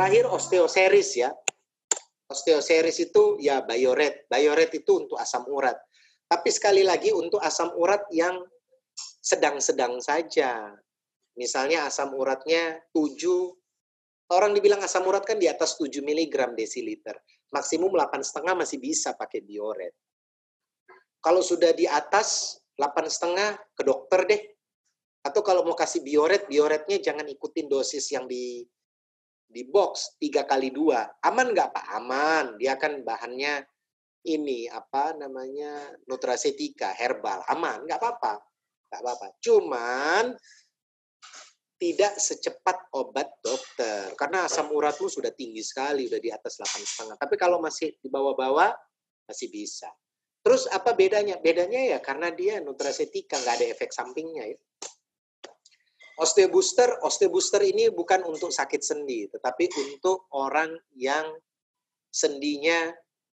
terakhir osteoseries ya. Osteoseries itu ya Biorate. Biorate itu untuk asam urat. Tapi sekali lagi untuk asam urat yang sedang-sedang saja. Misalnya asam uratnya 7, orang dibilang asam urat kan di atas 7 mg desiliter. Maksimum 8,5 masih bisa pakai Biorate. Kalau sudah di atas 8,5 ke dokter deh. Atau kalau mau kasih Biorate, Biorate-nya jangan ikutin dosis yang di box 3x2. Aman nggak Pak? Aman. Dia kan bahannya ini nutracetika, herbal. Aman, nggak apa-apa. Nggak apa-apa. Cuman tidak secepat obat dokter. Karena asam uratmu sudah tinggi sekali, udah di atas 8,5. Tapi kalau masih di bawah-bawah, masih bisa. Terus apa bedanya? Bedanya ya karena dia nutracetika, nggak ada efek sampingnya ya. Osteobooster ini bukan untuk sakit sendi, tetapi untuk orang yang sendinya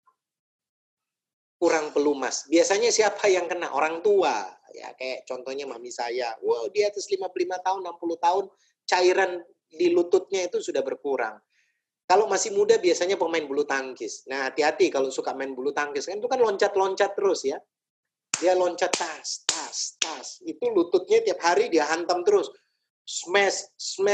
kurang pelumas. Biasanya siapa yang kena? Orang tua. Ya, kayak contohnya mami saya. Wow, di atas 55 tahun, 60 tahun, cairan di lututnya itu sudah berkurang. Kalau masih muda biasanya pemain bulu tangkis. Nah, hati-hati kalau suka main bulu tangkis. Kan itu kan loncat-loncat terus ya. Dia loncat tas. Itu lututnya tiap hari dia hantam terus. Smash,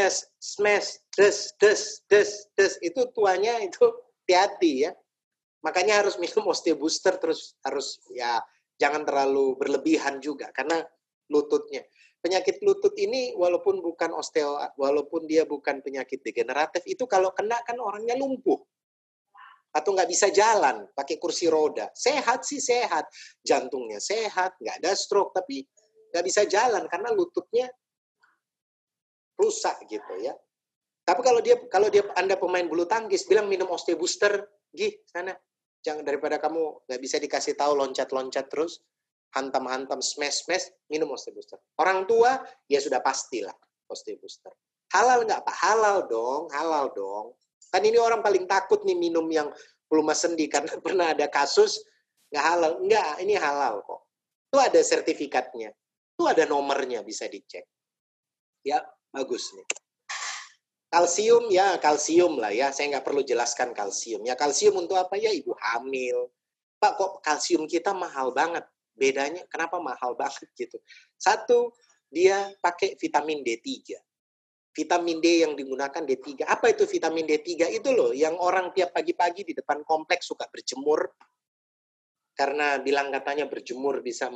des. Itu tuanya itu hati-hati ya. Makanya harus minum osteobooster terus harus ya jangan terlalu berlebihan juga karena lututnya. Penyakit lutut ini walaupun dia bukan penyakit degeneratif, itu kalau kena kan orangnya lumpuh. Atau nggak bisa jalan, pakai kursi roda. Sehat sih sehat, jantungnya sehat, nggak ada stroke, tapi nggak bisa jalan karena lututnya rusak gitu ya. Tapi kalau Anda pemain bulu tangkis, bilang minum osteobooster, sana. Jangan daripada kamu nggak bisa dikasih tahu loncat-loncat terus, hantam-hantam, smash, minum osteobooster. Orang tua ya sudah pastilah osteobooster. Halal nggak Pak? Halal dong. Kan ini orang paling takut nih minum yang pelumas sendi karena pernah ada kasus nggak halal. Nggak, ini halal kok. Itu ada sertifikatnya. Itu ada nomornya, bisa dicek. Ya, bagus nih. Kalsium lah ya. Saya nggak perlu jelaskan kalsium. Ya, kalsium untuk apa ya? Ibu hamil. Pak, kok kalsium kita mahal banget? Bedanya, kenapa mahal banget gitu? Satu, dia pakai vitamin D3. Vitamin D yang digunakan D3. Apa itu vitamin D3? Itu loh, yang orang tiap pagi-pagi di depan kompleks suka berjemur. Karena bilang katanya berjemur bisa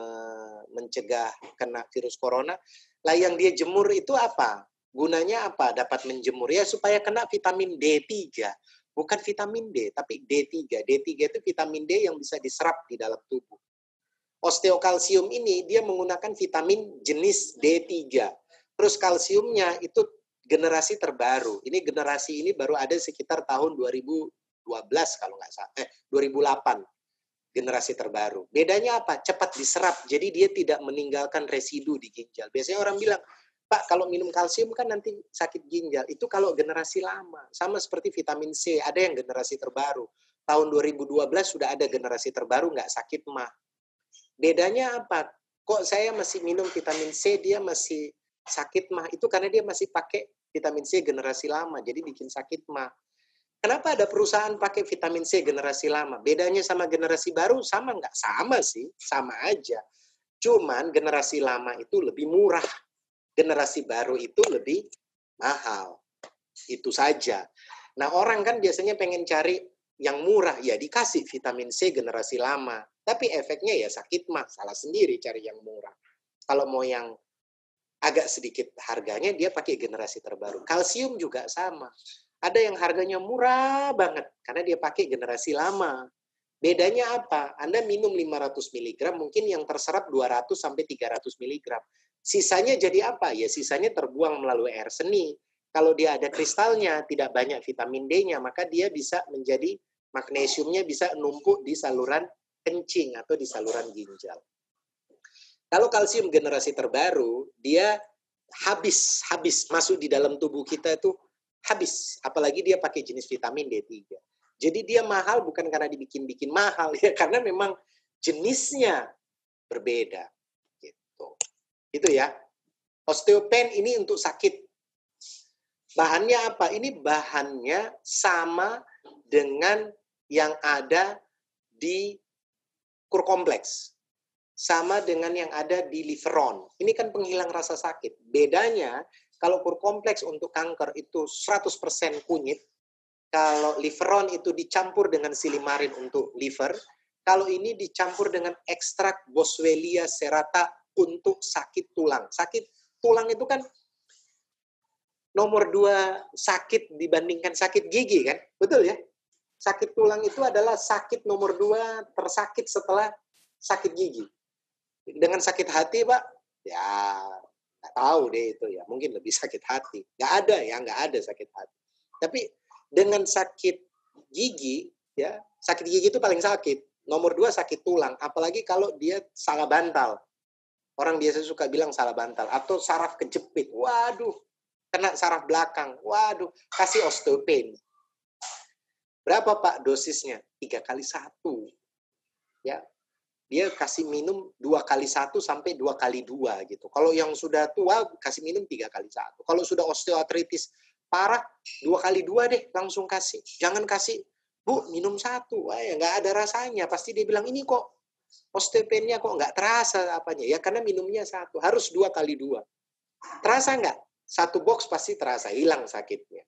mencegah kena virus corona. Lah yang dia jemur itu apa? Gunanya apa? Dapat menjemur ya supaya kena vitamin D3. Bukan vitamin D, tapi D3. D3 itu vitamin D yang bisa diserap di dalam tubuh. Osteokalsium ini dia menggunakan vitamin jenis D3. Terus kalsiumnya itu generasi terbaru. Ini generasi ini baru ada sekitar tahun 2012 kalau nggak salah. 2008. Generasi terbaru. Bedanya apa? Cepat diserap. Jadi dia tidak meninggalkan residu di ginjal. Biasanya orang bilang, Pak, kalau minum kalsium kan nanti sakit ginjal. Itu kalau generasi lama. Sama seperti vitamin C. Ada yang generasi terbaru. Tahun 2012 sudah ada generasi terbaru, nggak sakit mah. Bedanya apa? Kok saya masih minum vitamin C, dia masih sakit mah? Itu karena dia masih pakai vitamin C generasi lama. Jadi bikin sakit mah. Kenapa ada perusahaan pakai vitamin C generasi lama? Bedanya sama generasi baru sama nggak? Sama sih, sama aja. Cuman generasi lama itu lebih murah. Generasi baru itu lebih mahal. Itu saja. Nah, orang kan biasanya pengen cari yang murah. Ya dikasih vitamin C generasi lama. Tapi efeknya ya sakit mah. Salah sendiri cari yang murah. Kalau mau yang agak sedikit harganya, dia pakai generasi terbaru. Kalsium juga sama. Ada yang harganya murah banget karena dia pakai generasi lama. Bedanya apa? Anda minum 500 mg, mungkin yang terserap 200 sampai 300 mg. Sisanya jadi apa? Ya sisanya terbuang melalui air seni. Kalau dia ada kristalnya, tidak banyak vitamin D-nya, maka dia bisa menjadi magnesiumnya bisa numpuk di saluran kencing atau di saluran ginjal. Kalau kalsium generasi terbaru, dia habis masuk di dalam tubuh kita itu habis, apalagi dia pakai jenis vitamin D3. Jadi dia mahal bukan karena dibikin-bikin mahal ya, karena memang jenisnya berbeda gitu. Itu ya. Osteopen ini untuk sakit Bahannya apa? Ini bahannya sama dengan yang ada di kur kompleks. Sama dengan yang ada di Liveron. Ini kan penghilang rasa sakit. Bedanya, kalau kur kompleks untuk kanker itu 100% kunyit, kalau Liveron itu dicampur dengan silimarin untuk liver, kalau ini dicampur dengan ekstrak Boswellia serrata untuk sakit tulang. Sakit tulang itu kan nomor 2 sakit dibandingkan sakit gigi kan? Betul ya? Sakit tulang itu adalah sakit nomor 2 tersakit setelah sakit gigi. Dengan sakit hati, Pak, ya nggak tahu deh itu ya. Mungkin lebih sakit hati. Nggak ada ya, nggak ada sakit hati. Tapi dengan sakit gigi, ya sakit gigi itu paling sakit. Nomor 2 sakit tulang. Apalagi kalau dia salah bantal. Orang biasa suka bilang salah bantal. Atau saraf kejepit. Waduh, kena saraf belakang. Waduh, kasih osteopen. Berapa Pak dosisnya? 3 kali 1. Ya, dia kasih minum 2 kali 1 sampai 2 kali 2 gitu. Kalau yang sudah tua kasih minum 3 kali 1. Kalau sudah osteoartritis parah 2 kali 2 deh langsung kasih. Jangan kasih, Bu, minum 1. Wah, ya nggak ada rasanya. Pasti dia bilang ini kok osteopennya kok nggak terasa apanya. Ya karena minumnya 1. Harus 2 kali 2. Terasa nggak? 1 box pasti terasa, hilang sakitnya.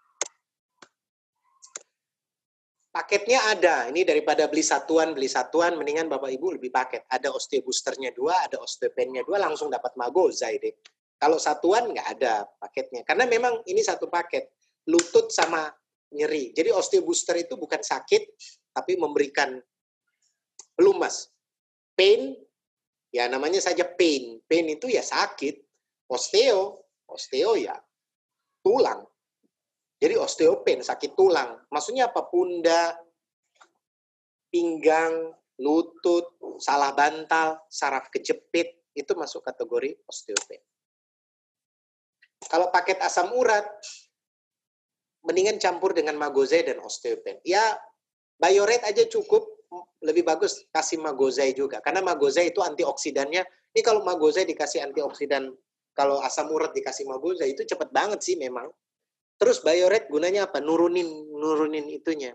Paketnya ada. Ini daripada beli satuan, mendingan Bapak Ibu lebih paket. Ada osteoboosternya 2, ada osteopennya 2, langsung dapat Magozai deh. Kalau satuan nggak ada paketnya. Karena memang ini satu paket. Lutut sama nyeri. Jadi osteobooster itu bukan sakit, tapi memberikan pelumas. Pain, ya namanya saja pain. Pain itu ya sakit. Osteo ya tulang. Jadi osteopen, sakit tulang. Maksudnya apa? Pundak, pinggang, lutut, salah bantal, saraf kejepit, itu masuk kategori osteopen. Kalau paket asam urat, mendingan campur dengan Magozai dan osteopen. Ya, Biorate aja cukup, lebih bagus kasih Magozai juga. Karena Magozai itu antioksidannya, ini kalau Magozai dikasih antioksidan, kalau asam urat dikasih Magozai, itu cepat banget sih memang. Terus Biorate gunanya apa? Nurunin itunya.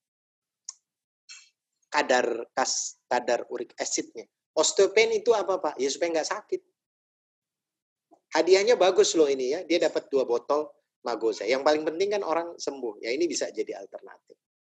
Kadar uric acidnya. Osteopen itu apa Pak? Ya supaya nggak sakit. Hadiahnya bagus loh ini ya. Dia dapat 2 botol Magozai. Yang paling penting kan orang sembuh. Ya ini bisa jadi alternatif.